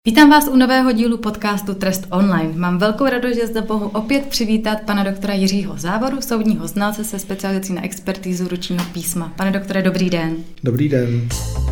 Vítám vás u nového dílu podcastu Trest online. Mám velkou radost, že zde mohu opět přivítat pana doktora Jiřího Závoru, soudního znalce se specializací na expertízu ručního písma. Pane doktore, dobrý den. Dobrý den.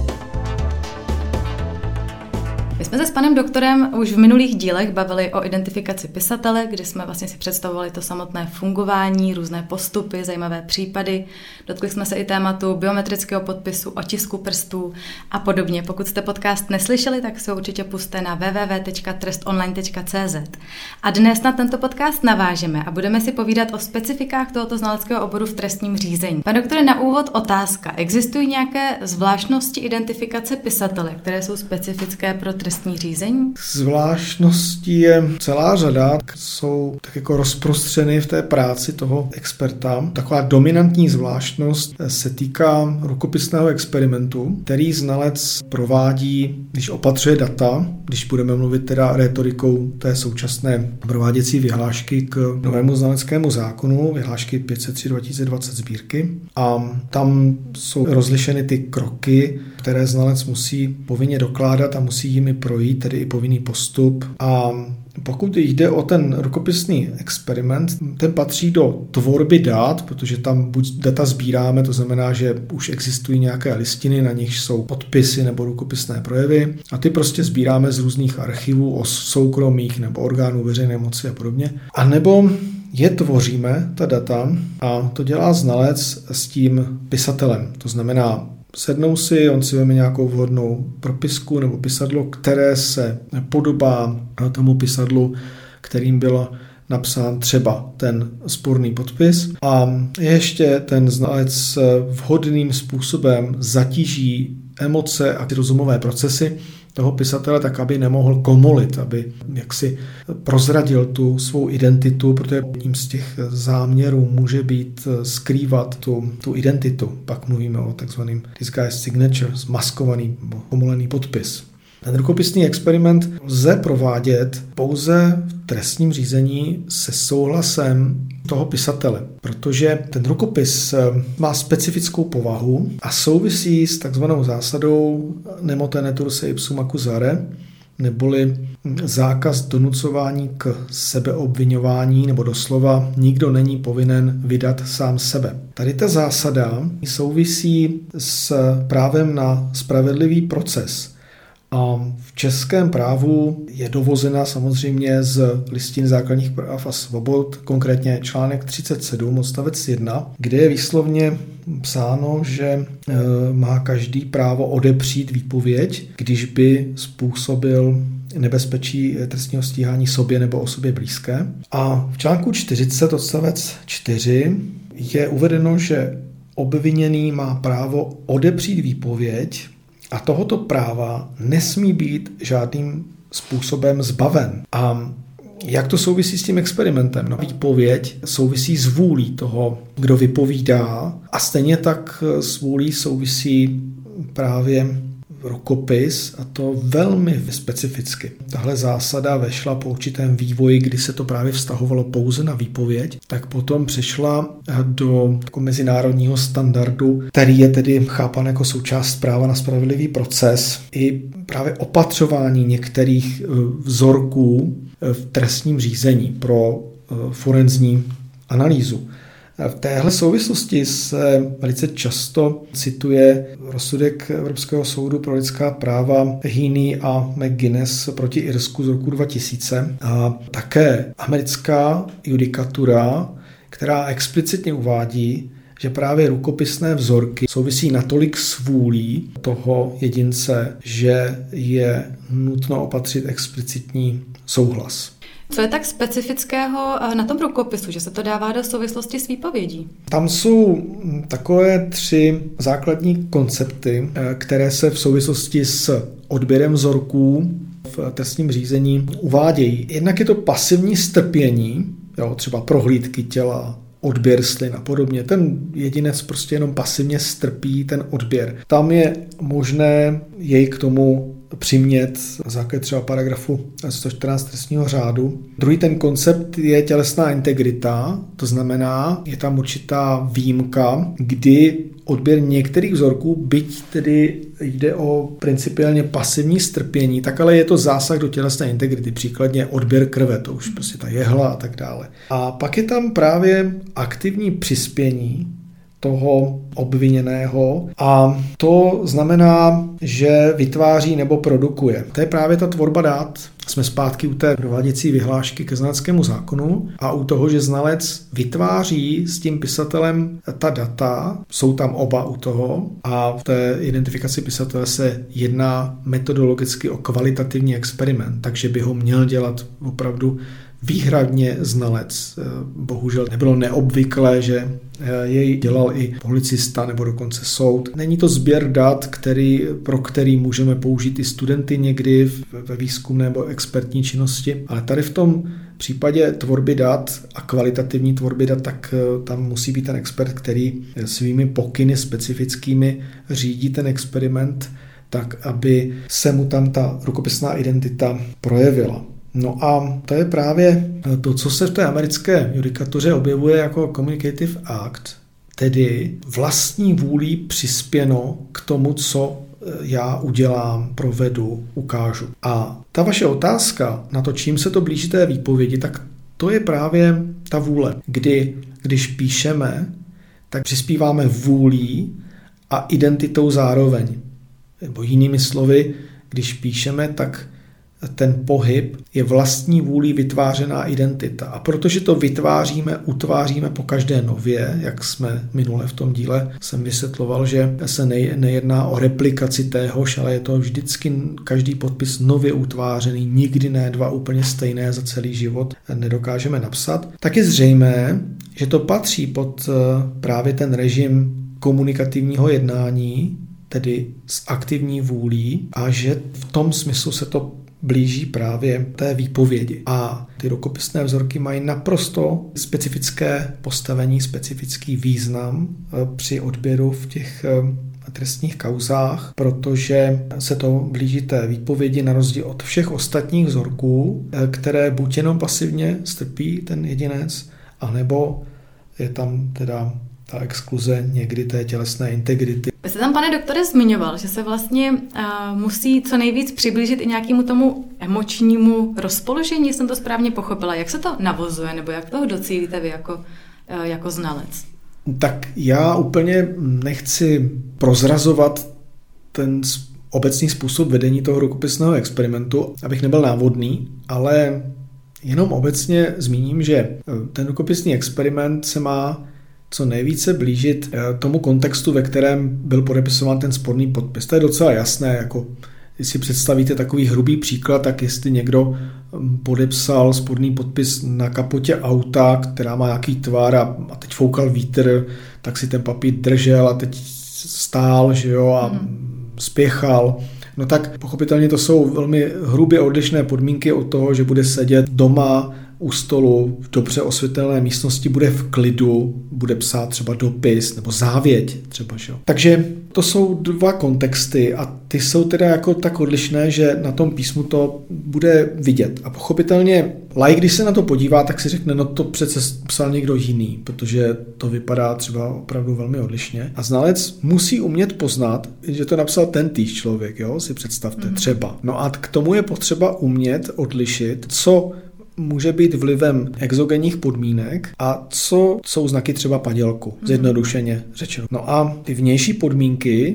My jsme se s panem doktorem už v minulých dílech bavili o identifikaci pisatele, kdy jsme vlastně si představovali to samotné fungování, různé postupy, zajímavé případy. Dotkli jsme se i tématu biometrického podpisu, otisku prstů a podobně. Pokud jste podcast neslyšeli, tak se ho určitě pusťte na www.trestonline.cz. A dnes na tento podcast navážeme a budeme si povídat o specifikách tohoto znaleckého oboru v trestním řízení. Pane doktore, na úvod otázka. Existují nějaké zvláštnosti identifikace pisatele, které jsou specifické pro trestní řízení? Zvláštností je celá řada, jsou tak jako rozprostřeny v té práci toho experta. Taková dominantní zvláštnost se týká rukopisného experimentu, který znalec provádí, když opatřuje data, když budeme mluvit teda rétorikou té současné prováděcí vyhlášky k novému znaleckému zákonu, vyhlášky 503/2020 sbírky. A tam jsou rozlišeny ty kroky, které znalec musí povinně dokládat a musí jimi projít, tedy i povinný postup. A pokud jde o ten rukopisný experiment, ten patří do tvorby dat, protože tam buď data sbíráme, to znamená, že už existují nějaké listiny, na nich jsou podpisy nebo rukopisné projevy a ty prostě sbíráme z různých archivů o soukromých nebo orgánů veřejné moci a podobně. A nebo je tvoříme, ta data, a to dělá znalec s tím pisatelem. To znamená, sednou si, on si veme nějakou vhodnou propisku nebo pisadlo, které se podobá tomu pisadlu, kterým byl napsán třeba ten sporný podpis. A ještě ten znalec vhodným způsobem zatíží emoce a ty rozumové procesy toho pisatele, tak aby nemohl komolit, aby jaksi prozradil tu svou identitu, protože jedním z těch záměrů může být skrývat tu identitu. Pak mluvíme o takzvaným disguised signature, zmaskovaný nebo komolený podpis. Ten rukopisný experiment lze provádět pouze v trestním řízení se souhlasem toho pisatele, protože ten rukopis má specifickou povahu a souvisí s takzvanou zásadou nemo tenetur se ipsum accusare, neboli zákaz donucování k sebeobviňování, nebo doslova nikdo není povinen vydat sám sebe. Tady ta zásada souvisí s právem na spravedlivý proces. A v českém právu je dovozena samozřejmě z listiny základních práv a svobod, konkrétně článek 37 odstavec 1, kde je výslovně psáno, že má každý právo odepřít výpověď, když by způsobil nebezpečí trestního stíhání sobě nebo osobě blízké. A v článku 40 odstavec 4 je uvedeno, že obviněný má právo odepřít výpověď, a tohoto práva nesmí být žádným způsobem zbaven. A jak to souvisí s tím experimentem? No, výpověď souvisí s vůlí toho, kdo vypovídá, a stejně tak s vůlí souvisí právě rukopis, a to velmi specificky. Tahle zásada vešla po určitém vývoji, kdy se to právě vztahovalo pouze na výpověď, tak potom přešla do mezinárodního standardu, který je tedy chápán jako součást práva na spravedlivý proces. I právě opatřování některých vzorků v trestním řízení pro forenzní analýzu. V téhle souvislosti se velice často cituje rozsudek Evropského soudu pro lidská práva Heaney a McGuinness proti Irsku z roku 2000 a také americká judikatura, která explicitně uvádí, že právě rukopisné vzorky souvisí natolik s vůlí toho jedince, že je nutno opatřit explicitní souhlas. Co je tak specifického na tom rukopisu, že se to dává do souvislosti s výpovědí? Tam jsou takové 3 základní koncepty, které se v souvislosti s odběrem vzorků v trestním řízení uvádějí. Jednak je to pasivní strpění, třeba prohlídky těla, odběr slin a podobně. Ten jedinec prostě jenom pasivně strpí ten odběr. Tam je možné jej k tomu přimět na základě třeba paragrafu 114 trestního řádu. Druhý ten koncept je tělesná integrita, to znamená, je tam určitá výjimka, kdy odběr některých vzorků, byť tedy jde o principiálně pasivní strpění, tak ale je to zásah do tělesné integrity, příkladně odběr krve, to už prostě ta jehla a tak dále. A pak je tam právě aktivní přispění toho obviněného a to znamená, že vytváří nebo produkuje. To je právě ta tvorba dat. Jsme zpátky u té prováděcí vyhlášky ke znaleckému zákonu a u toho, že znalec vytváří s tím pisatelem ta data, jsou tam oba u toho a v té identifikaci pisatele se jedná metodologicky o kvalitativní experiment, takže by ho měl dělat opravdu výhradně znalec. Bohužel nebylo neobvyklé, že jej dělal i policista nebo dokonce soud. Není to sběr dat, pro který můžeme použít i studenty někdy ve výzkumné nebo expertní činnosti, ale tady v tom případě tvorby dat a kvalitativní tvorby dat, tak tam musí být ten expert, který svými pokyny specifickými řídí ten experiment tak, aby se mu tam ta rukopisná identita projevila. No a to je právě to, co se v té americké judikatuře objevuje jako communicative act, tedy vlastní vůlí přispěno k tomu, co já udělám, provedu, ukážu. A ta vaše otázka na to, čím se to blíží té výpovědi, tak to je právě ta vůle, když píšeme, tak přispíváme vůlí a identitou zároveň. Nebo jinými slovy, když píšeme, tak ten pohyb je vlastní vůlí vytvářená identita. A protože to utváříme po každé nově, jak jsme minule v tom díle jsem vysvětloval, že se nejedná o replikaci téhož, ale je to vždycky každý podpis nově utvářený, nikdy ne dva úplně stejné za celý život nedokážeme napsat, tak je zřejmé, že to patří pod právě ten režim komunikativního jednání, tedy s aktivní vůlí, a že v tom smyslu se to blíží právě té výpovědi. A ty rukopisné vzorky mají naprosto specifické postavení, specifický význam při odběru v těch trestních kauzách, protože se to blíží té výpovědi na rozdíl od všech ostatních vzorků, které buď jenom pasivně strpí ten jedinec, anebo je tam teda ta exkluze někdy té tělesné integrity. Vy jste tam, pane doktore, zmiňoval, že se vlastně musí co nejvíc přiblížit i nějakému tomu emočnímu rozpoložení, jsem to správně pochopila. Jak se to navozuje, nebo jak toho docílíte vy jako znalec? Tak já úplně nechci prozrazovat ten obecný způsob vedení toho rukopisného experimentu, abych nebyl návodný, ale jenom obecně zmíním, že ten rukopisný experiment se má co nejvíce blížit tomu kontextu, ve kterém byl podepisován ten sporný podpis. To je docela jasné, jako když si představíte takový hrubý příklad, tak jestli někdo podepsal sporný podpis na kapotě auta, která má nějaký tvar a teď foukal vítr, tak si ten papír držel a teď stál, že jo, a spěchal. No tak pochopitelně to jsou velmi hrubě odlišné podmínky od toho, že bude sedět doma u stolu v dobře osvětlené místnosti, bude v klidu, bude psát třeba dopis nebo závěť třeba. Že? Takže to jsou dva kontexty a ty jsou teda jako tak odlišné, že na tom písmu to bude vidět. A pochopitelně laik, když se na to podívá, tak si řekne, no to přece psal někdo jiný, protože to vypadá třeba opravdu velmi odlišně. A znalec musí umět poznat, že to napsal ten týž člověk, jo? Si představte třeba. No a k tomu je potřeba umět odlišit, co může být vlivem exogenních podmínek a co jsou znaky třeba padělku, zjednodušeně řečeno. No a ty vnější podmínky,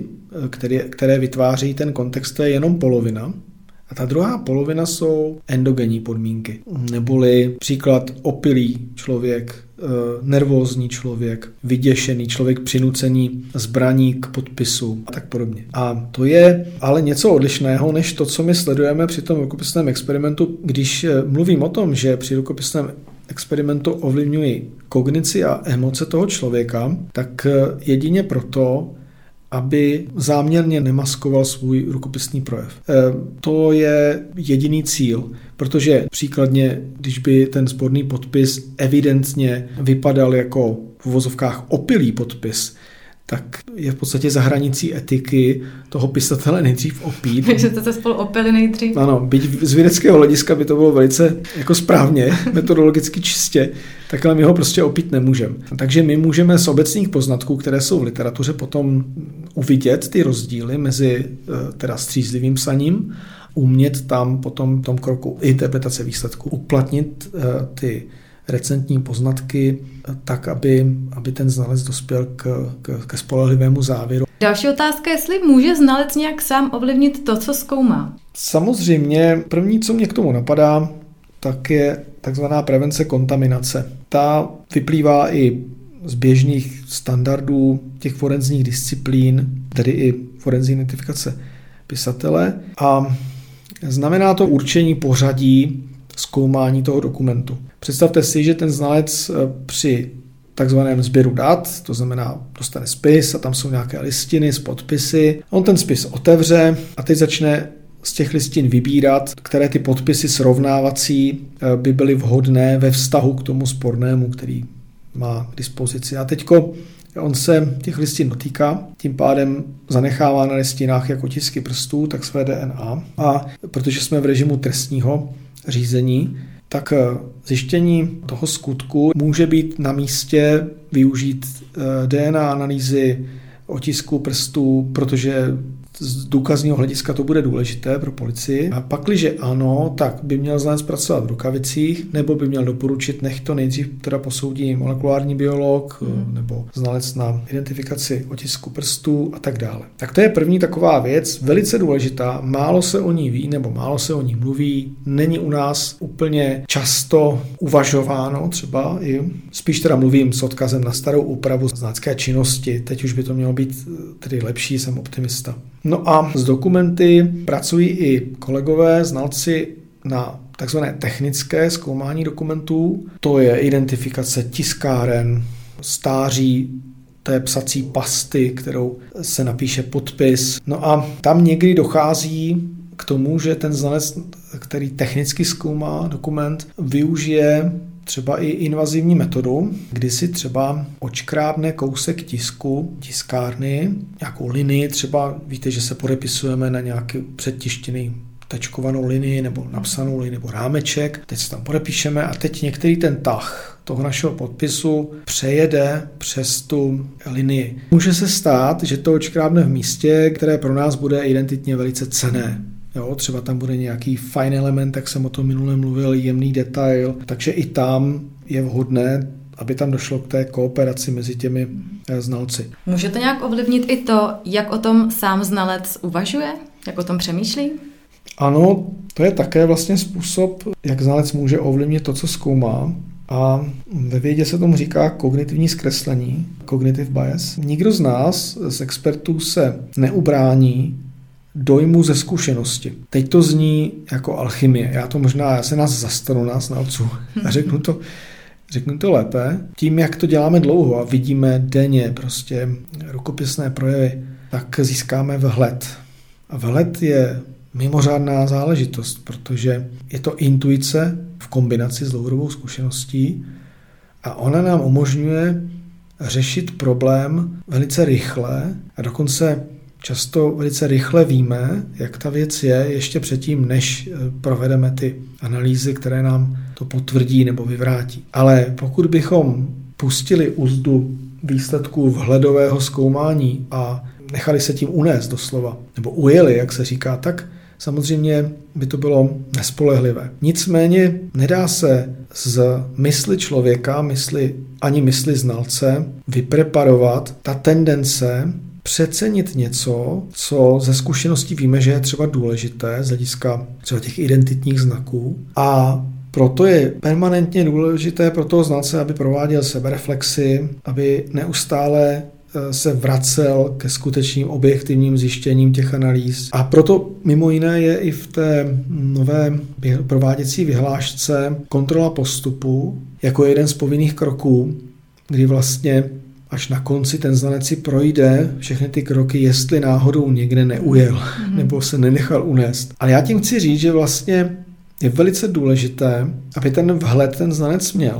které vytváří ten kontext, to je jenom polovina. A ta druhá polovina jsou endogenní podmínky. Neboli příklad opilý člověk, nervózní člověk, vyděšený člověk přinucený zbraní k podpisu a tak podobně. A to je ale něco odlišného, než to, co my sledujeme při tom rukopisném experimentu. Když mluvím o tom, že při rukopisném experimentu ovlivňují kognici a emoce toho člověka, tak jedině proto, aby záměrně nemaskoval svůj rukopisný projev. To je jediný cíl, protože příkladně, když by ten sporný podpis evidentně vypadal jako v uvozovkách opilý podpis, tak je v podstatě za hranicí etiky toho pisatele nejdřív opít. Takže jste se spolu opili nejdřív? Ano, byť z vědeckého hlediska by to bylo velice jako správně, metodologicky čistě, tak ale my ho prostě opít nemůžeme. Takže my můžeme z obecných poznatků, které jsou v literatuře, potom uvidět ty rozdíly mezi teda střízlivým psaním, umět tam potom v tom kroku interpretace výsledků uplatnit ty recentní poznatky tak, aby ten znalec dospěl ke spolehlivému závěru. Další otázka, jestli může znalec nějak sám ovlivnit to, co zkoumá? Samozřejmě první, co mě k tomu napadá, tak je takzvaná prevence kontaminace. Ta vyplývá i z běžných standardů těch forenzních disciplín, tedy i forenzní identifikace pisatele, a znamená to určení pořadí zkoumání toho dokumentu. Představte si, že ten znalec při takzvaném sběru dat, to znamená dostane spis a tam jsou nějaké listiny s podpisy, on ten spis otevře a teď začne z těch listin vybírat, které ty podpisy srovnávací by byly vhodné ve vztahu k tomu spornému, který má k dispozici. A teďko on se těch listin dotýká, tím pádem zanechává na listinách jak otisky prstů, tak své DNA. A protože jsme v režimu trestního řízení, tak zjištění toho skutku může být na místě využít DNA analýzy otisků prstů, protože z důkazního hlediska to bude důležité pro policii. A pakliže ano, tak by měl znalec pracovat v rukavicích, nebo by měl doporučit, nech to nejdřív teda posoudí molekulární biolog, nebo znalec na identifikaci otisku prstů a tak dále. Tak to je první taková věc, velice důležitá, málo se o ní ví, nebo málo se o ní mluví, není u nás úplně často uvažováno, třeba i spíš teda mluvím s odkazem na starou úpravu znalecké činnosti, teď už by to mělo být tedy lepší, jsem optimista. No a s dokumenty pracují i kolegové, znalci na takzvané technické zkoumání dokumentů. To je identifikace tiskáren, stáří té psací pasty, kterou se napíše podpis. No a tam někdy dochází k tomu, že ten znalec, který technicky zkoumá dokument, využije třeba i invazivní metodu, kdy si třeba odškrábne kousek tisku, tiskárny, nějakou linii, třeba víte, že se podepisujeme na nějaký předtištěný tečkovanou linii nebo napsanou linii nebo rámeček, teď se tam podepíšeme a teď některý ten tah toho našeho podpisu přejede přes tu linii. Může se stát, že to odškrábne v místě, které pro nás bude identitně velice cenné. Jo, třeba tam bude nějaký fajn element, jak jsem o tom minule mluvil, jemný detail, takže i tam je vhodné, aby tam došlo k té kooperaci mezi těmi znalci. Může to nějak ovlivnit i to, jak o tom sám znalec uvažuje? Jak o tom přemýšlí? Ano, to je také vlastně způsob, jak znalec může ovlivnit to, co zkoumá. A ve vědě se tomu říká kognitivní zkreslení, cognitive bias. Nikdo z nás, z expertů, se neubrání dojmu ze zkušenosti. Teď to zní jako alchymie. Já se nás zastanu, nás znalců, a řeknu to lépe. Tím, jak to děláme dlouho a vidíme denně prostě rukopisné projevy, tak získáme vhled. A vhled je mimořádná záležitost, protože je to intuice v kombinaci s dlouhodobou zkušeností a ona nám umožňuje řešit problém velice rychle a dokonce často velice rychle víme, jak ta věc je, ještě předtím, než provedeme ty analýzy, které nám to potvrdí nebo vyvrátí. Ale pokud bychom pustili uzdu výsledků vhledového zkoumání a nechali se tím unést doslova, nebo ujeli, jak se říká, tak samozřejmě by to bylo nespolehlivé. Nicméně nedá se z mysli člověka, ani mysli znalce vypreparovat ta tendence přecenit něco, co ze zkušeností víme, že je třeba důležité z hlediska třeba těch identitních znaků. A proto je permanentně důležité pro toho znalce, aby prováděl sebereflexi, aby neustále se vracel ke skutečným objektivním zjištěním těch analýz. A proto mimo jiné je i v té nové prováděcí vyhlášce kontrola postupu jako jeden z povinných kroků, kdy vlastně až na konci ten znalec si projde všechny ty kroky, jestli náhodou někde neujel nebo se nenechal unést. Ale já tím chci říct, že vlastně je velice důležité, aby ten vhled ten znalec měl,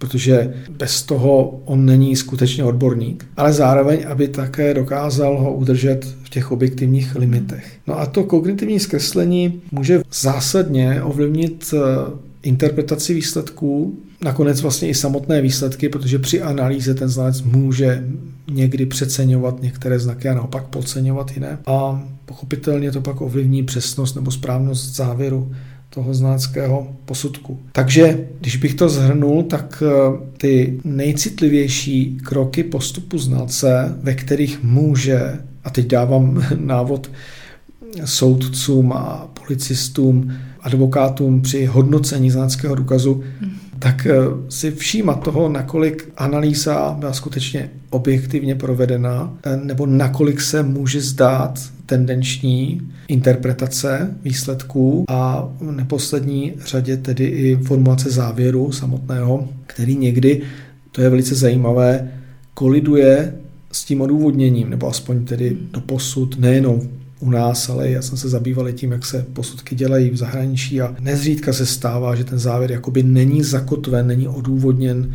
protože bez toho on není skutečně odborník, ale zároveň, aby také dokázal ho udržet v těch objektivních limitech. No a to kognitivní zkreslení může zásadně ovlivnit interpretaci výsledků, nakonec vlastně i samotné výsledky, protože při analýze ten znalec může někdy přeceňovat některé znaky a naopak podceňovat jiné. A pochopitelně to pak ovlivní přesnost nebo správnost závěru toho znaleckého posudku. Takže, když bych to shrnul, tak ty nejcitlivější kroky postupu znalce, ve kterých může, a teď dávám návod soudcům a policistům, advokátům při hodnocení znaleckého důkazu, tak si všímat toho, nakolik analýza byla skutečně objektivně provedena, nebo nakolik se může zdát tendenční interpretace výsledků a v neposlední řadě tedy i formulace závěru samotného, který někdy, to je velice zajímavé, koliduje s tím odůvodněním, nebo aspoň tedy doposud nejenom u nás, ale já jsem se zabýval tím, jak se posudky dělají v zahraničí a nezřídka se stává, že ten závěr jakoby není zakotven, není odůvodněn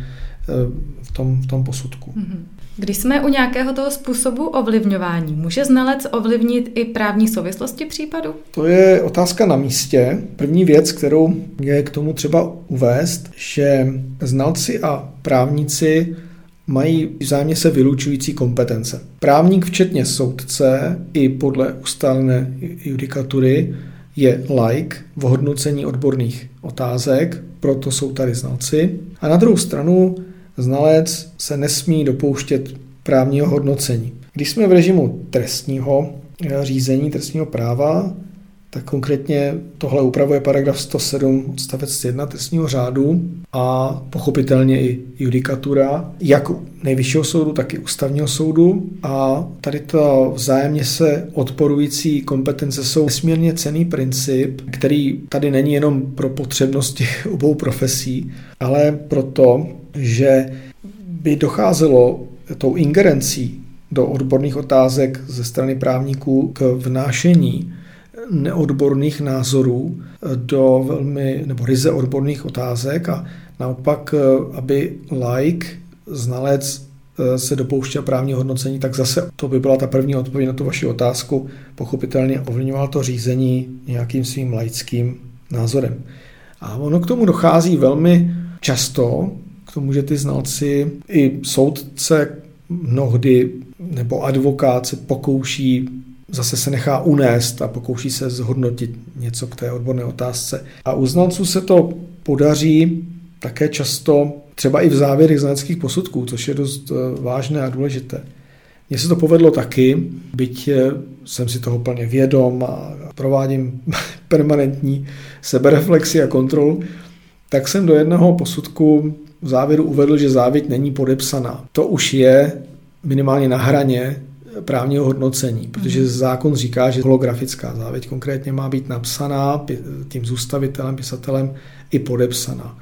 v tom posudku. Když jsme u nějakého toho způsobu ovlivňování, může znalec ovlivnit i právní souvislosti případu? To je otázka na místě. První věc, kterou je k tomu třeba uvést, že znalci a právníci mají vzájemně se vylučující kompetence. Právník, včetně soudce, i podle ustálené judikatury, je laik v hodnocení odborných otázek, proto jsou tady znalci. A na druhou stranu znalec se nesmí dopouštět právního hodnocení. Když jsme v režimu trestního řízení, trestního práva, tak konkrétně tohle upravuje paragraf 107 odstavec 1 trestního řádu a pochopitelně i judikatura, jak Nejvyššího soudu, tak i Ústavního soudu. A tady to vzájemně se odporující kompetence jsou nesmírně cenný princip, který tady není jenom pro potřebnosti obou profesí, ale proto, že by docházelo tou ingerencí do odborných otázek ze strany právníků k vnášení neodborných názorů do velmi nebo ryze odborných otázek a naopak, aby laik, znalec se dopouštěl právního hodnocení, tak zase to by byla ta první odpověď na tu vaši otázku. Pochopitelně ovlivňoval to řízení nějakým svým laickým názorem. A ono k tomu dochází velmi často, k tomu, že ty znalci i soudce mnohdy nebo advokát se pokouší, zase se nechá unést a pokouší se zhodnotit něco k té odborné otázce. A u znalců se to podaří také často třeba i v závěrech znaleckých posudků, což je dost vážné a důležité. Mně se to povedlo taky, byť jsem si toho plně vědom a provádím permanentní sebereflexi a kontrolu, tak jsem do jednoho posudku v závěru uvedl, že závěť není podepsaná. To už je minimálně na hraně právního hodnocení, protože zákon říká, že holografická závěť konkrétně má být napsaná tím zůstavitelem, pisatelem i podepsaná.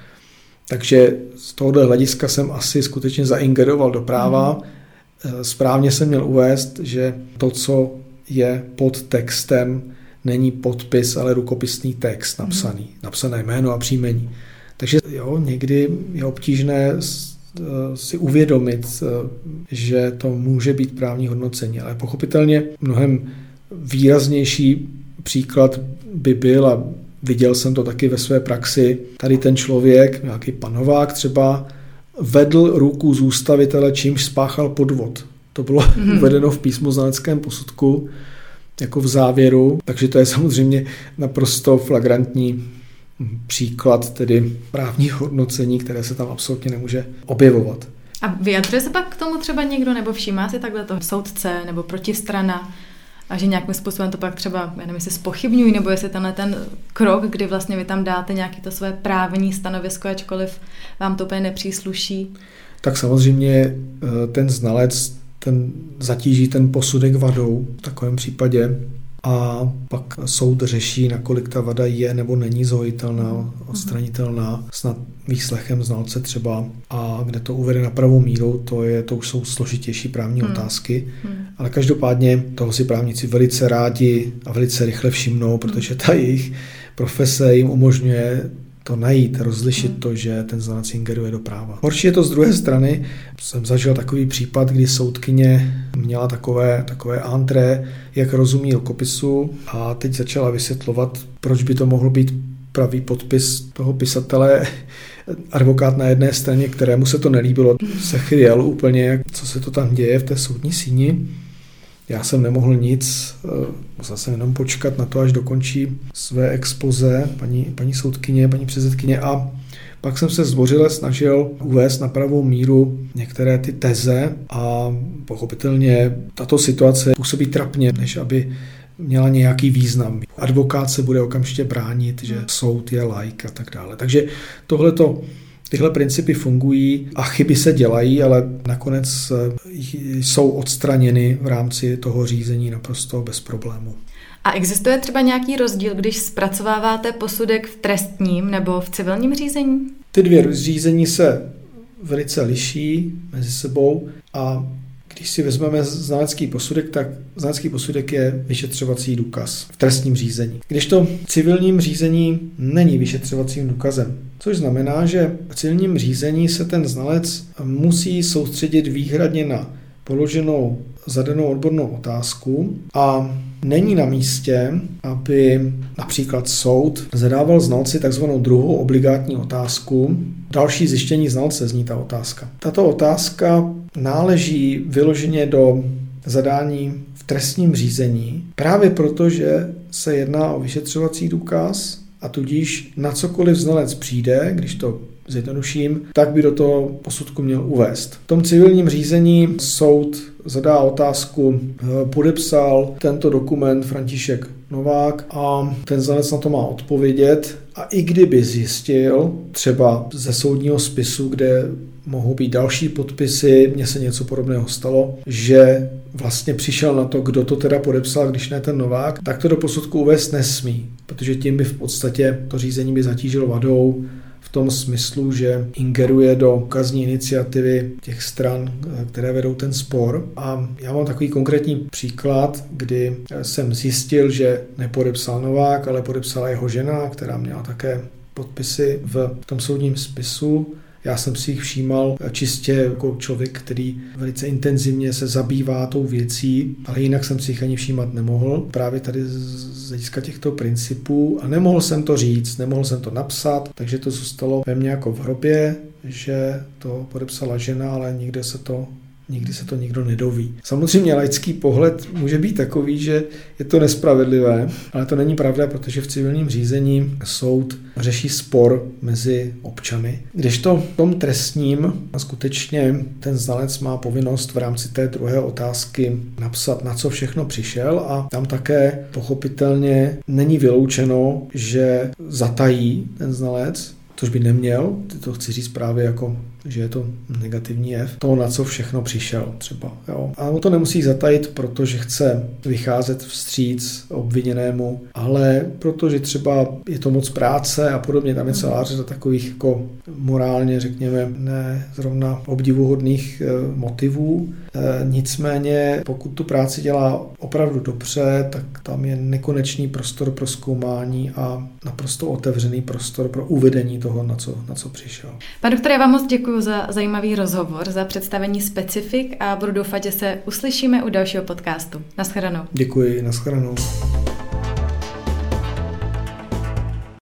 Takže z tohoto hlediska jsem asi skutečně zaingeroval do práva. Správně jsem měl uvést, že to, co je pod textem, není podpis, ale rukopisný text napsaný. Napsané jméno a příjmení. Takže jo, někdy je obtížné si uvědomit, že to může být právní hodnocení, ale pochopitelně mnohem výraznější příklad by byl, a viděl jsem to taky ve své praxi, tady ten člověk, nějaký pan Novák třeba, vedl ruku zůstavitele, čímž spáchal podvod. To bylo uvedeno v písmu znaleckém posudku jako v závěru, takže to je samozřejmě naprosto flagrantní příklad tedy právního hodnocení, které se tam absolutně nemůže objevovat. A vyjadřuje se pak k tomu třeba někdo, nebo všímá si takhle to soudce nebo protistrana, a že nějakým způsobem to pak třeba, já nevím, jestli zpochybňují, nebo jestli tenhle ten krok, kdy vlastně vy tam dáte nějaké to své právní stanovisko, ačkoliv vám to úplně nepřísluší? Tak samozřejmě ten znalec zatíží ten posudek vadou v takovém případě a pak soud řeší, nakolik ta vada je nebo není zhojitelná, odstranitelná, snad výslechem znalce třeba, a kde to uvede na pravou míru, to už jsou složitější právní otázky, ale každopádně toho si právníci velice rádi a velice rychle všimnou, protože ta jejich profese jim umožňuje to najít, rozlišit to, že ten znalec ingeruje do práva. Horší je to z druhé strany. Jsem zažil takový případ, kdy soudkyně měla takové entré, jak rozumí rukopisu, a teď začala vysvětlovat, proč by to mohl být pravý podpis toho pisatele. Advokát na jedné straně, kterému se to nelíbilo, se chvěl úplně, co se to tam děje v té soudní síni. Já jsem nemohl nic, musel jsem jenom počkat na to, až dokončí své expoze paní soudkyně, paní předsedkyně, a pak jsem se zdvořile snažil uvést na pravou míru některé ty teze a pochopitelně tato situace působí trapně, než aby měla nějaký význam. Advokát se bude okamžitě bránit, že soud je laik a tak dále. Takže tyhle principy fungují a chyby se dělají, ale nakonec jsou odstraněny v rámci toho řízení naprosto bez problému. A existuje třeba nějaký rozdíl, když zpracováváte posudek v trestním nebo v civilním řízení? Ty dvě řízení se velice liší mezi sebou, a když si vezmeme znalecký posudek, tak znalecký posudek je vyšetřovací důkaz v trestním řízení. Kdežto v civilním řízení není vyšetřovacím důkazem. Což znamená, že v civilním řízení se ten znalec musí soustředit výhradně na položenou zadanou odbornou otázku a není na místě, aby například soud zadával znalci takzvanou druhou obligátní otázku. Další zjištění znalce zní ta otázka. Tato otázka náleží vyloženě do zadání v trestním řízení právě proto, že se jedná o vyšetřovací důkaz a tudíž na cokoliv znalec přijde, když to zjednoduším, tak by do toho posudku měl uvést. V tom civilním řízení soud zadá otázku, podepsal tento dokument František Novák a ten znalec na to má odpovědět, a i kdyby zjistil třeba ze soudního spisu, kde mohou být další podpisy, mně se něco podobného stalo, že vlastně přišel na to, kdo to teda podepsal, když ne ten Novák, tak to do posudku uvést nesmí, protože tím by v podstatě to řízení by zatížilo vadou v tom smyslu, že ingeruje do důkazní iniciativy těch stran, které vedou ten spor. A já mám takový konkrétní příklad, kdy jsem zjistil, že nepodepsal Novák, ale podepsala jeho žena, která měla také podpisy v tom soudním spisu. Já jsem si jich všímal čistě jako člověk, který velice intenzivně se zabývá tou věcí, ale jinak jsem si jich ani všímat nemohl. Právě tady z hlediska těchto principů, a nemohl jsem to říct, nemohl jsem to napsat, takže to zůstalo ve mně jako v hrobě, že to podepsala žena, ale nikdy se to nikdo nedoví. Samozřejmě laický pohled může být takový, že je to nespravedlivé, ale to není pravda, protože v civilním řízení soud řeší spor mezi občany. Kdežto v tom trestním skutečně ten znalec má povinnost v rámci té druhé otázky napsat, na co všechno přišel, a tam také pochopitelně není vyloučeno, že zatají ten znalec, což by neměl, to chci říct právě jako, že je to negativní jev, to, na co všechno přišel třeba. Jo. A on to nemusí zatajit, protože chce vycházet vstříc obviněnému, ale protože třeba je to moc práce a podobně, tam je celá řada takových jako morálně, řekněme, ne zrovna obdivuhodných motivů. Nicméně, pokud tu práci dělá opravdu dobře, tak tam je nekonečný prostor pro zkoumání a naprosto otevřený prostor pro uvedení toho, na co přišel. Pane doktore, já vám moc děkuji za zajímavý rozhovor, za představení specifik a budu doufat, že se uslyšíme u dalšího podcastu. Naschledanou. Děkuji, naschledanou.